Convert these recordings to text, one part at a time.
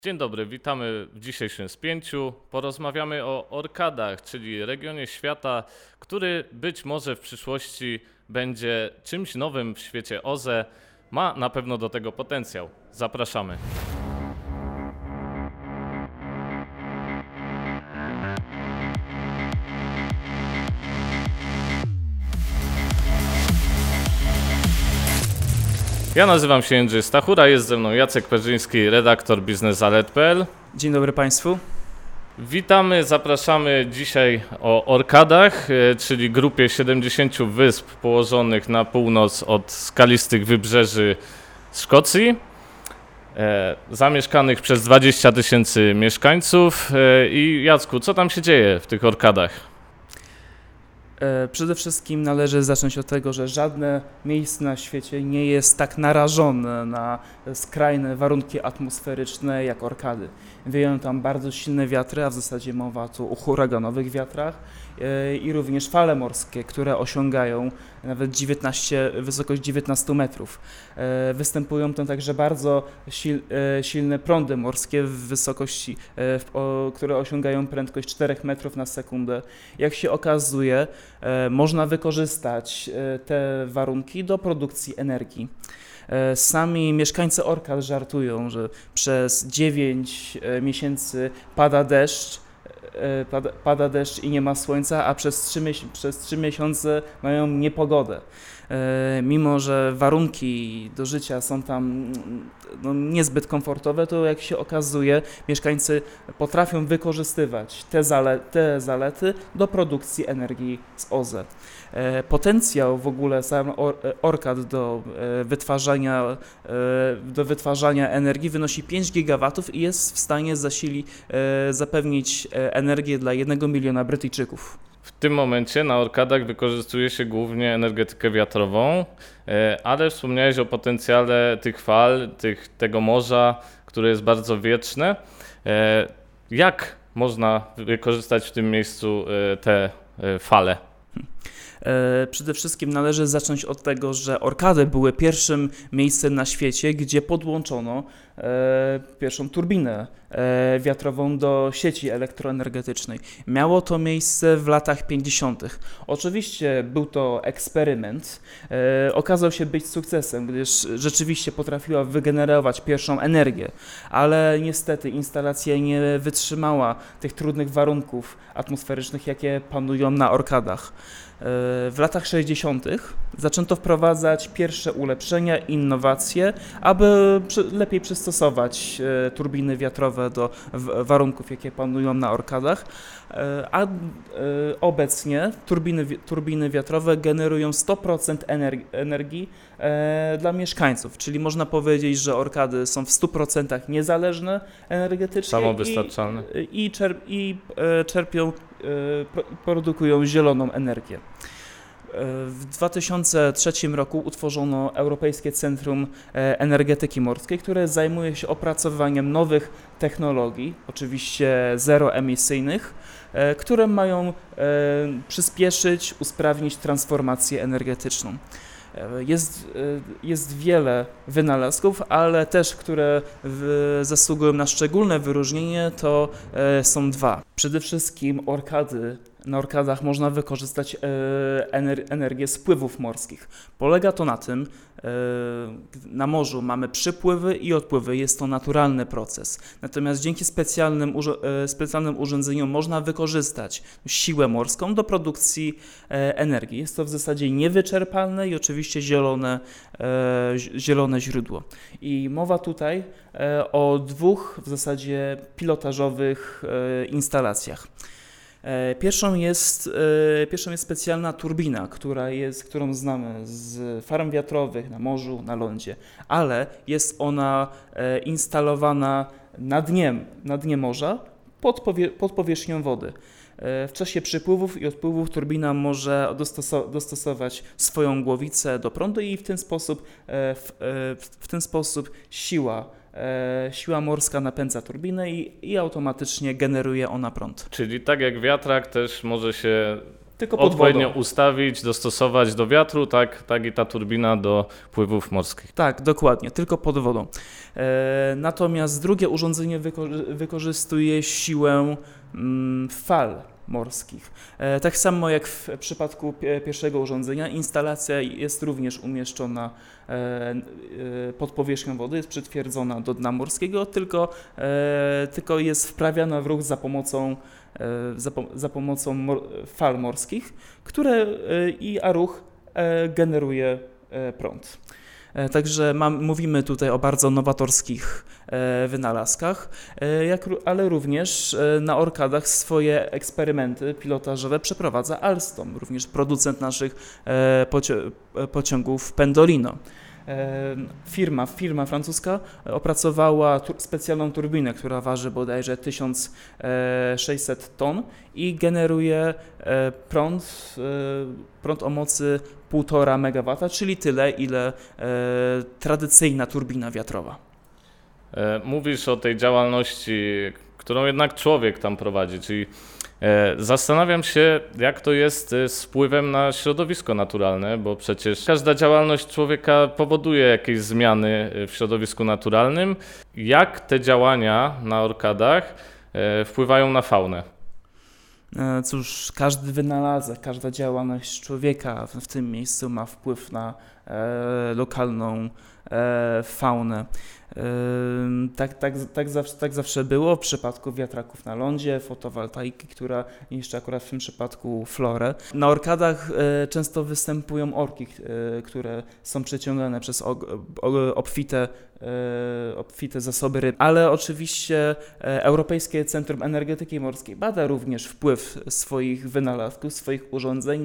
Dzień dobry, witamy w dzisiejszym spięciu. Porozmawiamy o Orkadach, czyli regionie świata, który być może w przyszłości będzie czymś nowym w świecie OZE. Ma na pewno do tego potencjał. Zapraszamy. Ja nazywam się Jędrzej Stachura, jest ze mną Jacek Perzyński, redaktor biznesalert.pl. Dzień dobry Państwu. Witamy, zapraszamy dzisiaj o Orkadach, czyli grupie 70 wysp położonych na północ od skalistych wybrzeży Szkocji, zamieszkanych przez 20 000 mieszkańców. I Jacku, co tam się dzieje w tych Orkadach? Przede wszystkim należy zacząć od tego, że żadne miejsce na świecie nie jest tak narażone na skrajne warunki atmosferyczne jak Orkady. Wieją tam bardzo silne wiatry, a w zasadzie mowa tu o huraganowych wiatrach i również fale morskie, które osiągają nawet wysokość 19 metrów. Występują tam także bardzo silne prądy morskie w wysokości, które osiągają prędkość 4 metrów na sekundę. Jak się okazuje, można wykorzystać te warunki do produkcji energii. Sami mieszkańcy Orkad żartują, że przez 9 miesięcy pada deszcz i nie ma słońca, a przez 3 miesiące mają niepogodę. Mimo że warunki do życia są tam niezbyt komfortowe, to jak się okazuje, mieszkańcy potrafią wykorzystywać te zalety do produkcji energii z OZE. Potencjał w ogóle sam Orkad do wytwarzania energii wynosi 5 gigawatów i jest w stanie zapewnić energię dla 1 miliona Brytyjczyków. W tym momencie na Orkadach wykorzystuje się głównie energetykę wiatrową, ale wspomniałeś o potencjale tych fal, tego morza, które jest bardzo wieczne. Jak można wykorzystać w tym miejscu te fale? Przede wszystkim należy zacząć od tego, że Orkady były pierwszym miejscem na świecie, gdzie podłączono pierwszą turbinę wiatrową do sieci elektroenergetycznej. Miało to miejsce w latach 50. Oczywiście był to eksperyment, okazał się być sukcesem, gdyż rzeczywiście potrafiła wygenerować pierwszą energię, ale niestety instalacja nie wytrzymała tych trudnych warunków atmosferycznych, jakie panują na Orkadach. W latach 60. zaczęto wprowadzać pierwsze ulepszenia i innowacje, aby lepiej przystosować turbiny wiatrowe do warunków, jakie panują na Orkadach, a obecnie turbiny wiatrowe generują 100% energii dla mieszkańców, czyli można powiedzieć, że Orkady są w 100% niezależne energetycznie Samowystarczalne. i produkują zieloną energię. W 2003 roku utworzono Europejskie Centrum Energetyki Morskiej, które zajmuje się opracowaniem nowych technologii, oczywiście zeroemisyjnych, które mają przyspieszyć, usprawnić transformację energetyczną. Jest wiele wynalazków, ale też, które zasługują na szczególne wyróżnienie, to są dwa. Przede wszystkim na Orkadach można wykorzystać energię z pływów morskich. Polega to na tym, na morzu mamy przypływy i odpływy, jest to naturalny proces. Natomiast dzięki specjalnym urządzeniom można wykorzystać siłę morską do produkcji energii. Jest to w zasadzie niewyczerpalne i oczywiście zielone źródło. I mowa tutaj o dwóch w zasadzie pilotażowych instalacjach. Pierwszą jest specjalna turbina, którą znamy z farm wiatrowych na morzu, na lądzie, ale jest ona instalowana na dnie morza pod powierzchnią wody. W czasie przypływów i odpływów turbina może dostosować swoją głowicę do prądu i w ten sposób siła morska napędza turbinę i automatycznie generuje ona prąd. Czyli tak jak wiatrak też może się Tylko pod odpowiednio wodą. ustawić, dostosować do wiatru, tak i ta turbina do pływów morskich. Tak, dokładnie, tylko pod wodą. Natomiast drugie urządzenie wykorzystuje siłę fal morskich. Tak samo jak w przypadku pierwszego urządzenia, instalacja jest również umieszczona pod powierzchnią wody, jest przytwierdzona do dna morskiego, tylko jest wprawiana w ruch za pomocą fal morskich, a ruch generuje prąd. Także mówimy tutaj o bardzo nowatorskich wynalazkach, ale również na Orkadach swoje eksperymenty pilotażowe przeprowadza Alstom, również producent naszych pociągów Pendolino. Firma francuska opracowała specjalną turbinę, która waży bodajże 1600 ton i generuje prąd o mocy 1,5 MW, czyli tyle, ile tradycyjna turbina wiatrowa. Mówisz o tej działalności, którą jednak człowiek tam prowadzi, czyli zastanawiam się, jak to jest z wpływem na środowisko naturalne, bo przecież każda działalność człowieka powoduje jakieś zmiany w środowisku naturalnym. Jak te działania na Orkadach wpływają na faunę? Cóż, każdy wynalazek, każda działalność człowieka w tym miejscu ma wpływ na lokalną faunę. Tak zawsze było w przypadku wiatraków na lądzie, fotowoltaiki, która niszczy akurat w tym przypadku florę. Na Orkadach często występują orki, które są przyciągane przez obfite zasoby ryb, ale oczywiście Europejskie Centrum Energetyki Morskiej bada również wpływ swoich wynalazków, swoich urządzeń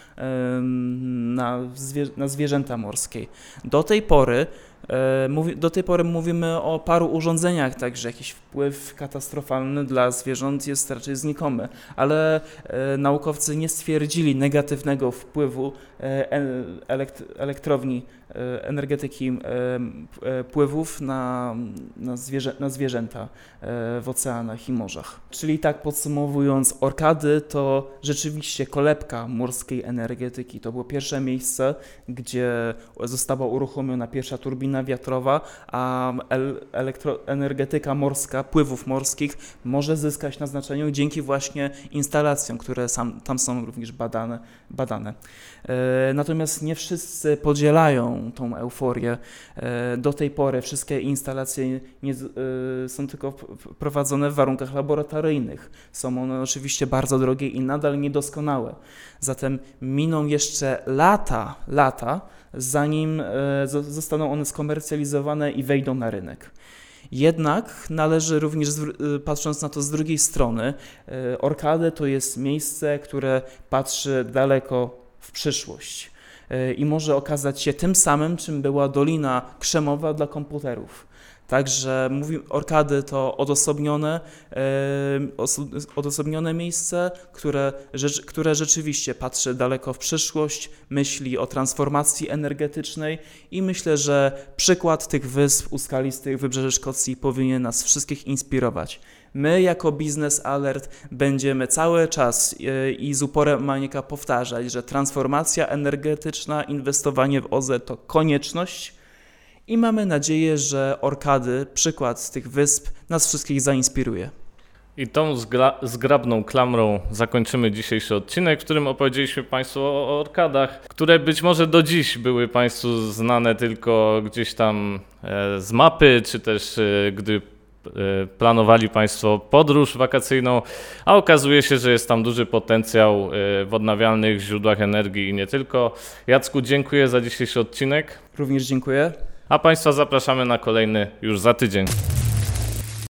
na zwierzęta morskie. Do tej pory mówimy o paru urządzeniach, także jakiś wpływ katastrofalny dla zwierząt jest raczej znikomy, ale naukowcy nie stwierdzili negatywnego wpływu elektrowni energetyki pływów na zwierzęta w oceanach i morzach. Czyli tak podsumowując, Orkady to rzeczywiście kolebka morskiej energetyki. To było pierwsze miejsce, gdzie została uruchomiona pierwsza turbina wiatrowa, a energetyka morska, pływów morskich może zyskać na znaczeniu dzięki właśnie instalacjom, które tam są również badane. Natomiast nie wszyscy podzielają tą euforię. Do tej pory wszystkie instalacje są tylko prowadzone w warunkach laboratoryjnych. Są one oczywiście bardzo drogie i nadal niedoskonałe. Zatem miną jeszcze lata, zanim zostaną one skomercjalizowane i wejdą na rynek. Jednak należy również, patrząc na to z drugiej strony, Orkady to jest miejsce, które patrzy daleko w przyszłość i może okazać się tym samym, czym była Dolina Krzemowa dla komputerów. Także Orkady to odosobnione miejsce, które rzeczywiście patrzy daleko w przyszłość, myśli o transformacji energetycznej i myślę, że przykład tych wysp u skalistych wybrzeży Szkocji powinien nas wszystkich inspirować. My jako Business Alert będziemy cały czas i z uporem maniaka powtarzać, że transformacja energetyczna, inwestowanie w OZE to konieczność i mamy nadzieję, że Orkady, przykład z tych wysp, nas wszystkich zainspiruje. I tą zgrabną klamrą zakończymy dzisiejszy odcinek, w którym opowiedzieliśmy Państwu o Orkadach, które być może do dziś były Państwu znane tylko gdzieś tam z mapy, czy też gdy planowali Państwo podróż wakacyjną, a okazuje się, że jest tam duży potencjał w odnawialnych źródłach energii i nie tylko. Jacku, dziękuję za dzisiejszy odcinek. Również dziękuję. A Państwa zapraszamy na kolejny już za tydzień.